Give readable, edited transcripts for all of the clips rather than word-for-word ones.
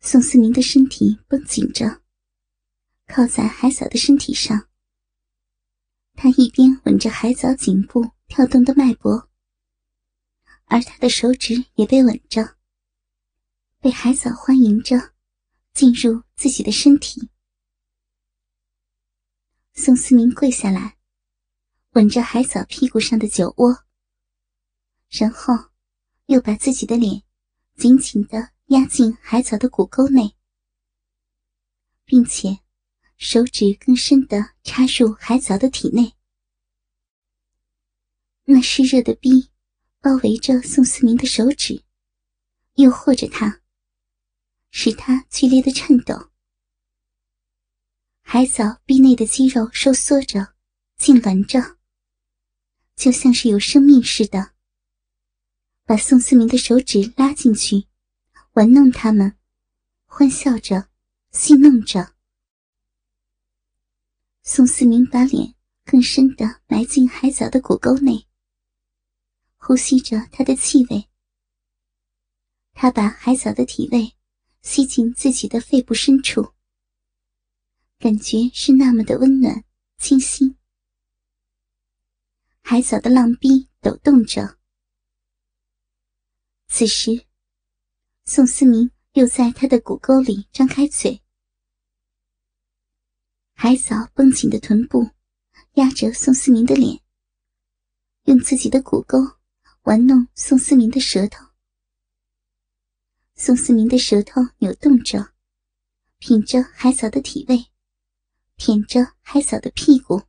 宋思明的身体绷紧着，靠在海藻的身体上。他一边吻着海藻颈部跳动的脉搏，而他的手指也被吻着，被海藻欢迎着进入自己的身体。宋思明跪下来，吻着海藻屁股上的酒窝，然后又把自己的脸紧紧地压进海藻的骨沟内，并且手指更深地插入海藻的体内。那湿热的逼包围着宋思明的手指，诱惑着他，使他剧烈的颤抖。海藻逼内的肌肉收缩着，痉挛着，就像是有生命似的，把宋思明的手指拉进去，玩弄他们，欢笑着，戏弄着。宋思明把脸更深地埋进海藻的骨沟内，呼吸着它的气味。他把海藻的体味吸进自己的肺部深处，感觉是那么的温暖清新。海藻的浪壁抖动着。此时宋思明又在他的骨沟里张开嘴，海藻绷紧的臀部压着宋思明的脸，用自己的骨沟玩弄宋思明的舌头。宋思明的舌头扭动着，品着海藻的体味，舔着海藻的屁股。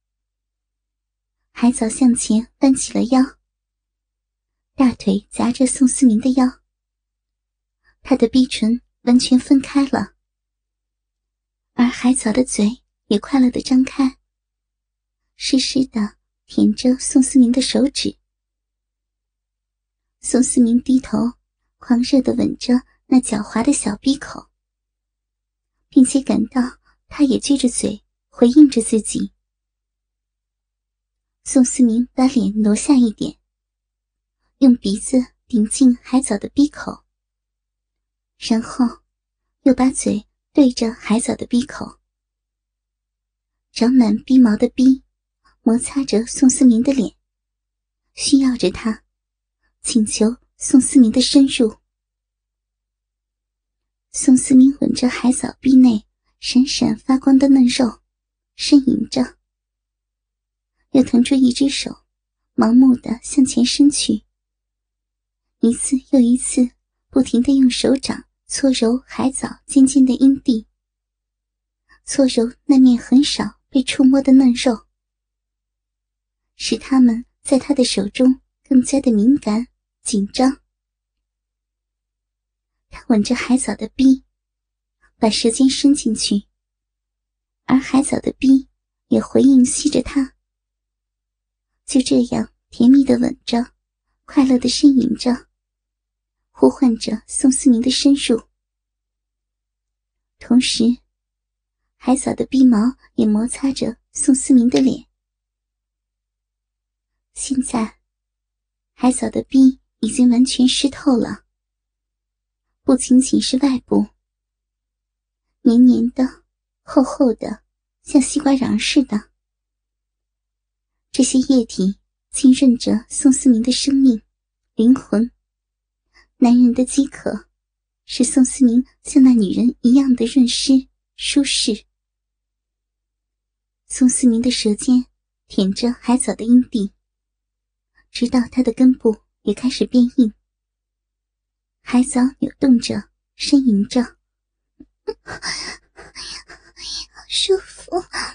海藻向前弯起了腰，大腿夹着宋思明的腰，他的逼唇完全分开了，而海藻的嘴也快乐地张开，湿湿地舔着宋思明的手指。宋思明低头狂热地吻着那狡猾的小闭口，并且感到他也撅着嘴回应着自己。宋思明把脸挪下一点，用鼻子顶进海藻的闭口，然后又把嘴对着海藻的闭口。长满逼毛的逼摩擦着宋思明的脸，需要着他，请求宋思明的深入。宋思明吻着海藻壁内闪闪发光的嫩肉，呻吟着，又腾出一只手，盲目地向前伸去，一次又一次不停地用手掌搓揉海藻尖尖的阴蒂，搓揉那面很少被触摸的嫩肉，使它们在他的手中更加的敏感紧张。他吻着海藻的逼，把舌尖伸进去，而海藻的逼也回应吸着他。就这样甜蜜地吻着，快乐地呻吟着，呼唤着宋思明的深入。同时海藻的逼毛也摩擦着宋思明的脸。现在海藻的逼已经完全湿透了，不仅仅是外部，黏黏的厚厚的像西瓜瓤似的，这些液体浸润着宋思明的生命灵魂。男人的饥渴使宋思明像那女人一样的润湿舒适。宋思明的舌尖舔着海藻的阴蒂，直到他的根部也开始变硬。海藻扭动着呻吟着，好舒服。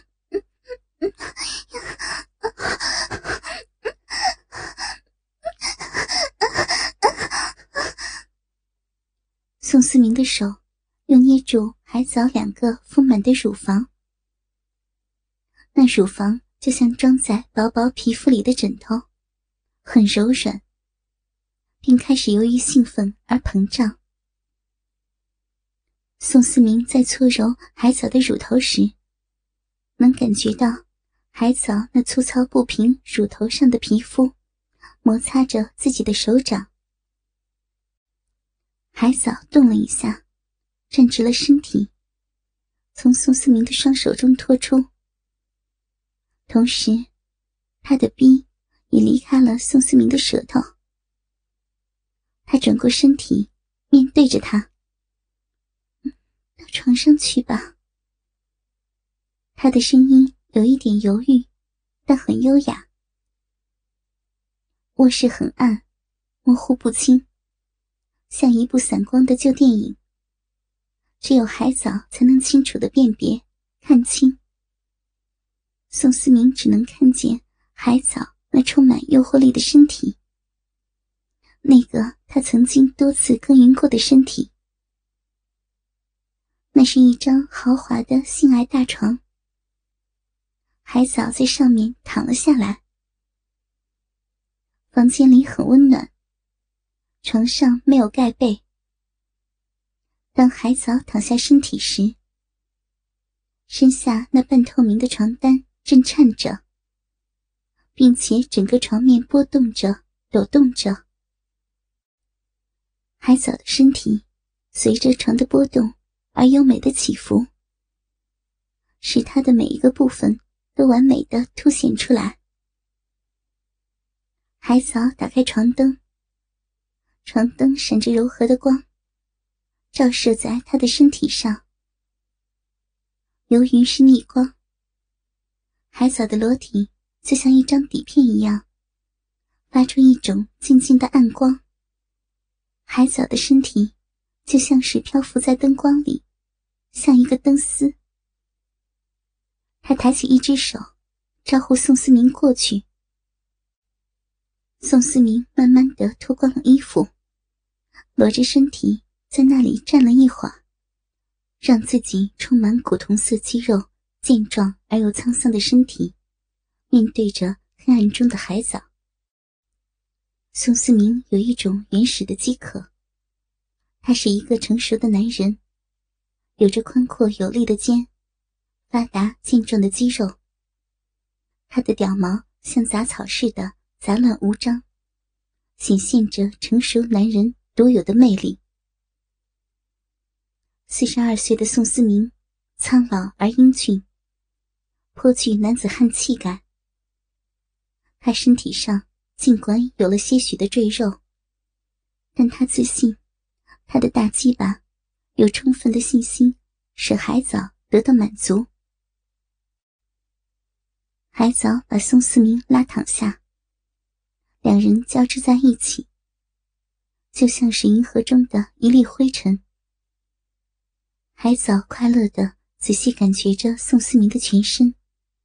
宋思明的手又捏住海藻2个丰满的乳房，那乳房就像装在薄薄皮肤里的枕头，很柔软，并开始由于兴奋而膨胀。宋思明在搓揉海藻的乳头时，能感觉到海藻那粗糙不平乳头上的皮肤摩擦着自己的手掌。海藻动了一下， 站直了身体，从宋思明的双手中脱出，同时他的逼也离开了宋思明的舌头。他转过身体，面对着他：“到床上去吧。”他的声音有一点犹豫，但很优雅。卧室很暗，模糊不清，像一部散光的旧电影，只有海藻才能清楚地辨别看清。宋思明只能看见海藻那充满诱惑力的身体，那个他曾经多次耕耘过的身体。那是一张豪华的性爱大床，海藻在上面躺了下来。房间里很温暖，床上没有盖被。当海藻躺下身体时，身下那半透明的床单震颤着，并且整个床面波动着、抖动着。海藻的身体随着床的波动而优美的起伏，使它的每一个部分都完美地凸显出来。海藻打开床灯，床灯闪着柔和的光，照射在他的身体上。由于是逆光，海藻的裸体就像一张底片一样，发出一种静静的暗光。海藻的身体就像是漂浮在灯光里，像一个灯丝。他抬起一只手，招呼宋思明过去。宋思明慢慢地脱光了衣服，裸着身体在那里站了一会儿，让自己充满古铜色肌肉、健壮而又沧桑的身体面对着黑暗中的海藻。宋思明有一种原始的饥渴，他是一个成熟的男人，有着宽阔有力的肩，发达健壮的肌肉。他的屌毛像杂草似的杂乱无章，显现着成熟男人独有的魅力。42岁的宋思明苍老而英俊，颇具男子汉气概。他身体上尽管有了些许的赘肉，但他自信他的大鸡巴有充分的信心使海藻得到满足。海藻把宋思明拉躺下，两人交织在一起，就像是银河中的一粒灰尘。海藻快乐地仔细感觉着宋思明的全身。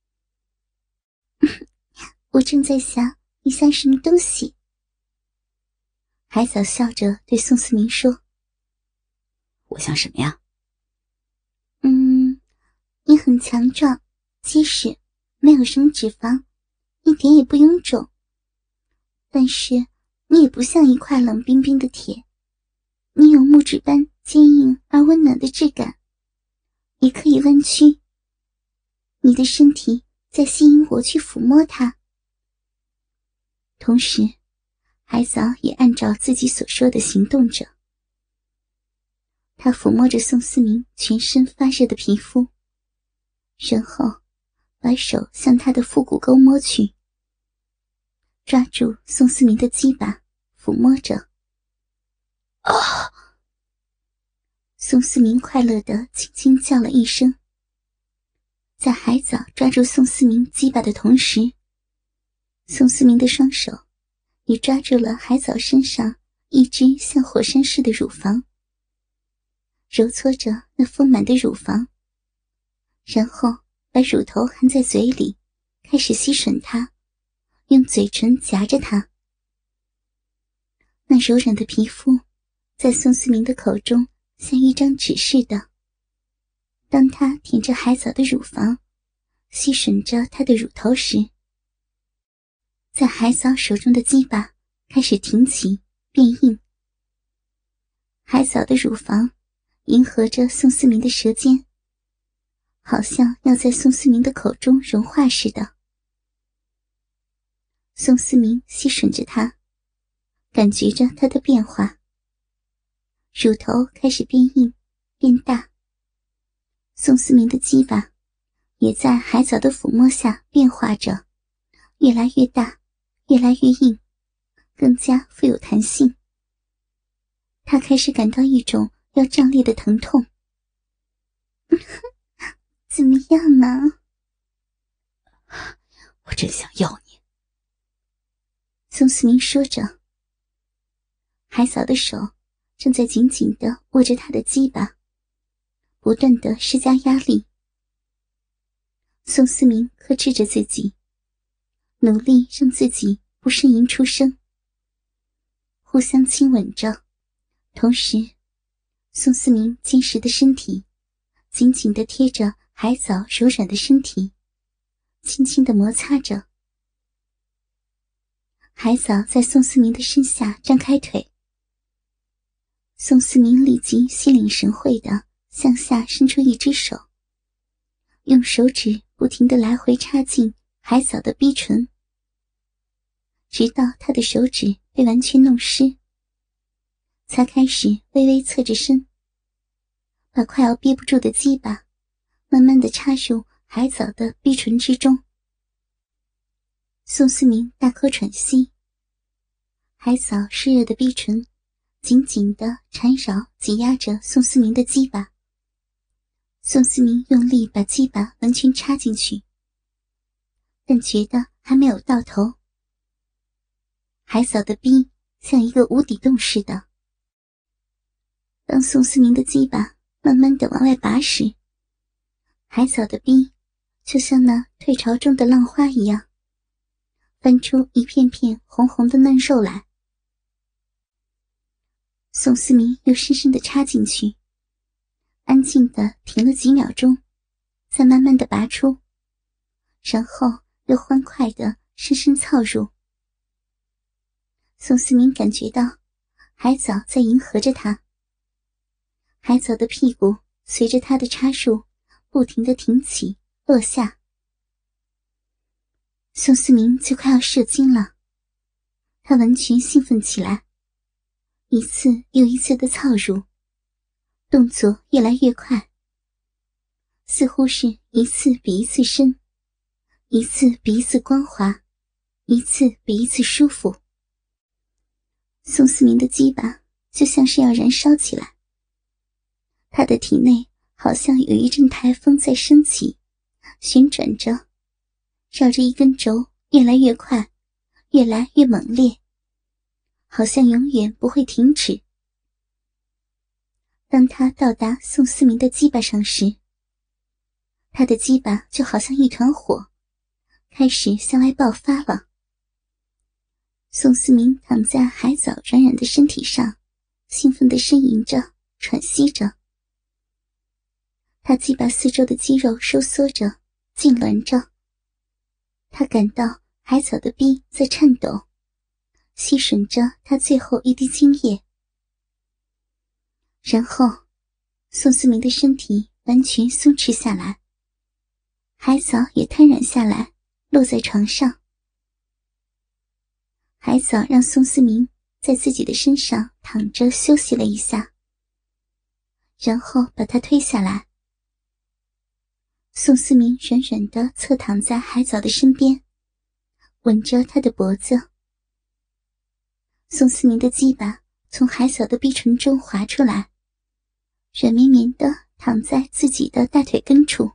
我正在想你像什么东西。海藻笑着对宋思明说： 我像什么呀？ 你很强壮结实，没有什么脂肪，一点也不臃肿，但是你也不像一块冷冰冰的铁，你有木质般坚硬而温暖的质感，也可以弯曲。你的身体在吸引我去抚摸它。同时海藻也按照自己所说的行动着。他抚摸着宋思明全身发热的皮肤，然后把手向他的腹股沟摸去，抓住宋思明的鸡巴抚摸着。宋思明快乐地轻轻叫了一声。在海藻抓住宋思明鸡巴的同时，宋思明的双手也抓住了海藻身上一只像火山似的乳房，揉搓着那丰满的乳房，然后把乳头含在嘴里，开始吸吮它，用嘴唇夹着它。那柔软的皮肤在宋思明的口中像一张纸似的。当他舔着海藻的乳房，吸吮着她的乳头时，在海藻手中的鸡巴开始挺起变硬。海藻的乳房迎合着宋思明的舌尖，好像要在宋思明的口中融化似的。宋思明吸吮着它，感觉着它的变化，乳头开始变硬变大。宋思明的鸡巴也在海藻的抚摸下变化着，越来越大，越来越硬，更加富有弹性。他开始感到一种要胀裂的疼痛。怎么样呢？ 我真想要你。 宋思明说着，海嫂的手正在紧紧地握着他的鸡巴，不断地施加压力。宋思明克制着自己，努力让自己不呻吟出声。互相亲吻着，同时宋思明坚实的身体紧紧地贴着海藻柔软的身体，轻轻地摩擦着。海藻在宋思明的身下张开腿，宋思明立即心领神会地向下伸出一只手，用手指不停地来回插进海藻的逼唇，直到他的手指被完全弄湿，才开始微微侧着身，把快要憋不住的鸡巴慢慢地插入海藻的逼唇之中。宋思明大口喘息，海藻湿热的逼唇紧紧地缠绕挤压着宋思明的鸡巴。宋思明用力把鸡巴完全插进去，但觉得还没有到头。海藻的逼像一个无底洞似的，当宋思明的鸡巴慢慢地往外拔时，海藻的逼就像那退潮中的浪花一样，翻出一片片红红的嫩肉来。宋思明又深深地插进去，安静地停了几秒钟，再慢慢地拔出，然后又欢快地深深操入。宋思明感觉到海藻在迎合着他，海藻的屁股随着他的插入不停地挺起落下。宋思明就快要射精了，他完全兴奋起来，一次又一次地操入，动作越来越快，似乎是一次比一次深，一次比一次光滑，一次比一次舒服。宋思明的鸡巴就像是要燃烧起来，他的体内好像有一阵台风在升起，旋转着，绕着一根轴越来越快，越来越猛烈，好像永远不会停止。当他到达宋思明的鸡巴上时，他的鸡巴就好像一团火，开始向外爆发了。宋思明躺在海藻软软的身体上，兴奋地呻吟着，喘息着。他鸡巴四周的肌肉收缩着，痉挛着。他感到海藻的逼在颤抖，吸吮着他最后一滴精液。然后宋思明的身体完全松弛下来，海藻也瘫软下来，落在床上。海藻让宋思明在自己的身上躺着休息了一下，然后把他推下来。宋思明软软地侧躺在海藻的身边，吻着他的脖子。宋思明的鸡巴从海藻的逼唇中滑出来，软绵绵地躺在自己的大腿根处。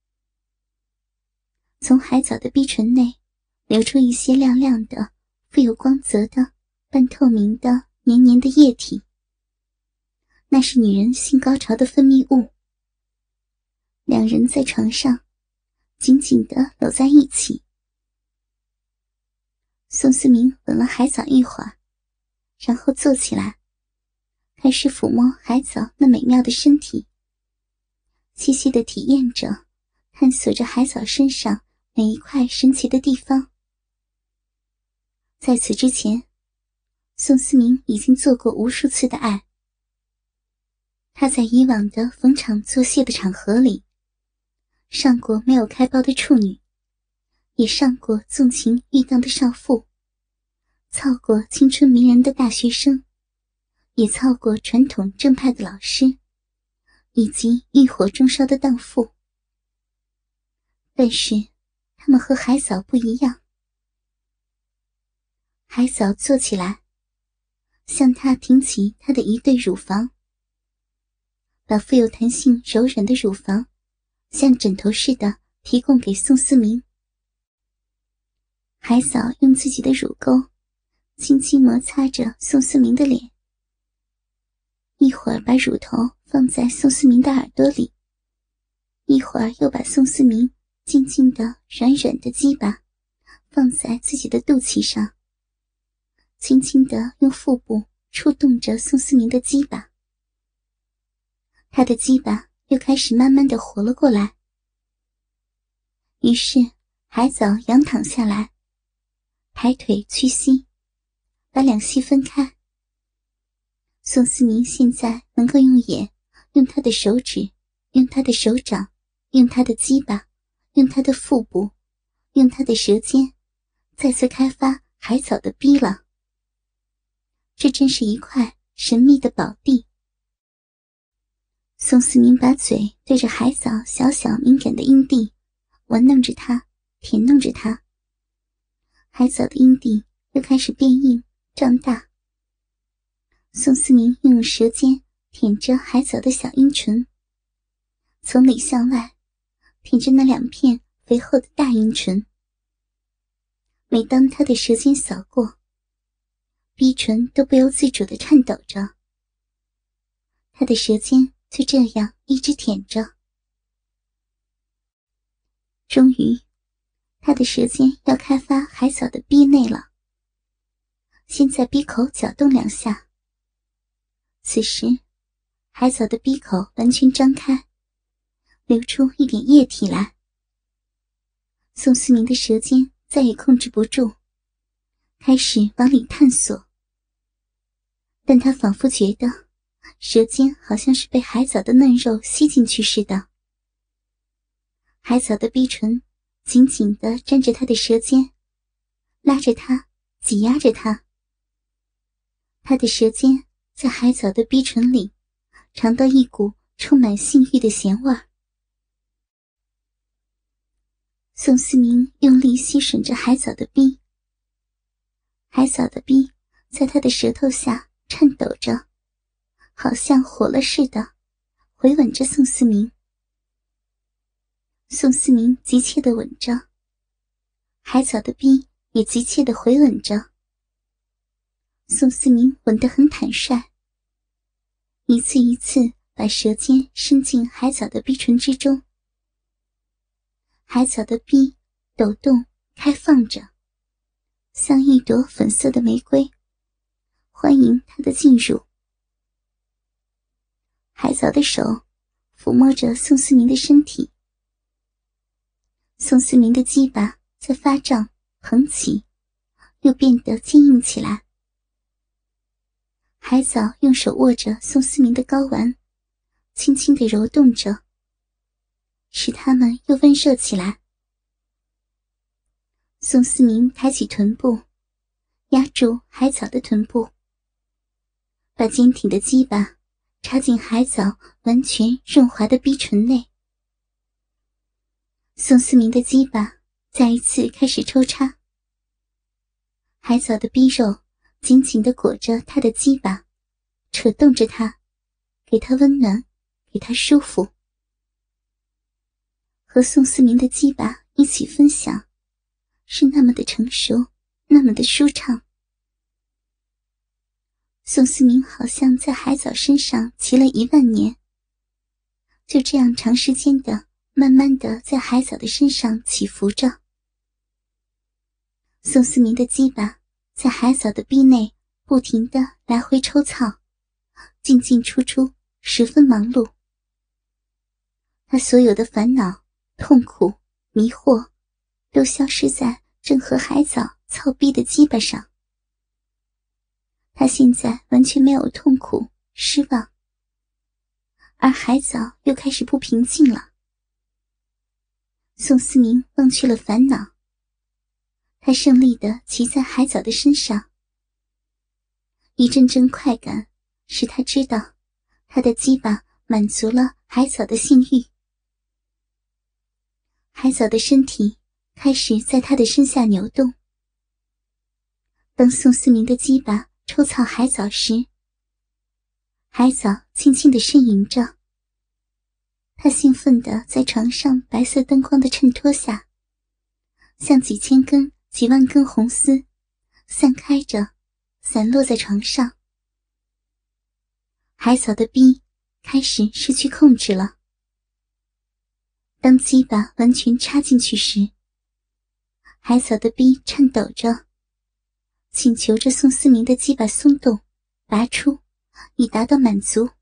从海藻的逼唇内流出一些亮亮的富有光泽的半透明的黏黏的液体，那是女人性高潮的分泌物。两人在床上紧紧地搂在一起。宋思明吻了海藻一会儿，然后坐起来，开始抚摸海藻那美妙的身体，细细地体验着，探索着海藻身上每一块神奇的地方。在此之前，宋思明已经做过无数次的爱。他在以往的逢场作戏的场合里，上过没有开苞的处女，也上过纵情欲荡的少妇，操过青春迷人的大学生，也操过传统正派的老师， 以及欲火中烧的荡妇。但是他们和海嫂不一样。海嫂坐起来，向他挺起她的一对乳房，把富有弹性柔软的乳房像枕头似的提供给宋思明。海嫂用自己的乳沟轻轻摩擦着宋思明的脸，一会儿把乳头放在宋思明的耳朵里，一会儿又把宋思明静静的软软的鸡巴放在自己的肚脐上，轻轻地用腹部触动着宋思明的鸡巴。他的鸡巴又开始慢慢地活了过来。于是海藻仰躺下来，抬腿屈膝，把两膝分开。宋思明现在能够用眼，用他的手指，用他的手掌，用他的鸡巴，用他的腹部，用他的舌尖，再次开发海藻的逼了。这真是一块神秘的宝地。宋思明把嘴对着海藻小小敏感的阴蒂，玩弄着它，舔弄着它。海藻的阴蒂又开始变硬胀大。宋思明用舌尖舔着海藻的小阴唇，从里向外舔着那两片肥厚的大阴唇。每当他的舌尖扫过，逼唇都不由自主地颤抖着。他的舌尖就这样一直舔着。终于，他的舌尖要开发海藻的逼内了。先在逼口搅动两下。此时，海藻的逼口完全张开，流出一点液体来。宋思明的舌尖再也控制不住，开始往里探索。但他仿佛觉得舌尖好像是被海藻的嫩肉吸进去似的。海藻的逼唇紧紧地粘着他的舌尖，拉着他，挤压着他。他的舌尖在海藻的逼唇里尝到一股充满性欲的咸味儿。宋思明用力吸吮着海藻的逼，海藻的逼在他的舌头下颤抖着，好像活了似的，回吻着宋思明。宋思明急切地吻着，海藻的逼也急切地回吻着。宋思明吻得很坦率，一次一次把舌尖伸进海藻的逼唇之中。海藻的逼抖动开放着，像一朵粉色的玫瑰，欢迎他的进入。海藻的手抚摸着宋思明的身体，宋思明的鸡巴在发胀膨起，又变得坚硬起来。海藻用手握着宋思明的睾丸，轻轻地揉动着，使它们又温热起来。宋思明抬起臀部，压住海藻的臀部，把坚挺的鸡巴插进海藻完全润滑的逼唇内。宋思明的鸡巴再一次开始抽插，海藻的逼肉紧紧地裹着他的鸡巴，扯动着他，给他温暖，给他舒服。和宋思明的鸡巴一起分享，是那么的成熟，那么的舒畅。宋思明好像在海藻身上骑了10000年，就这样长时间的慢慢的在海藻的身上起伏着。宋思明的鸡巴在海藻的逼内不停地来回抽操，进进出出，十分忙碌。他所有的烦恼、痛苦、迷惑都消失在正和海藻操逼的鸡巴上。他现在完全没有痛苦、失望，而海藻又开始不平静了。宋思明忘去了烦恼，他胜利地骑在海藻的身上。一阵阵快感使他知道他的鸡巴满足了海藻的性欲。海藻的身体开始在他的身下扭动。当宋思明的鸡巴抽操海藻时，海藻轻轻地呻吟着。他兴奋地在床上白色灯光的衬托下，像几千根、几万根红丝散开着，散落在床上。海藻的逼开始失去控制了。当鸡巴完全插进去时，海藻的逼颤抖着，请求着宋思明的鸡巴松动拔出，以达到满足。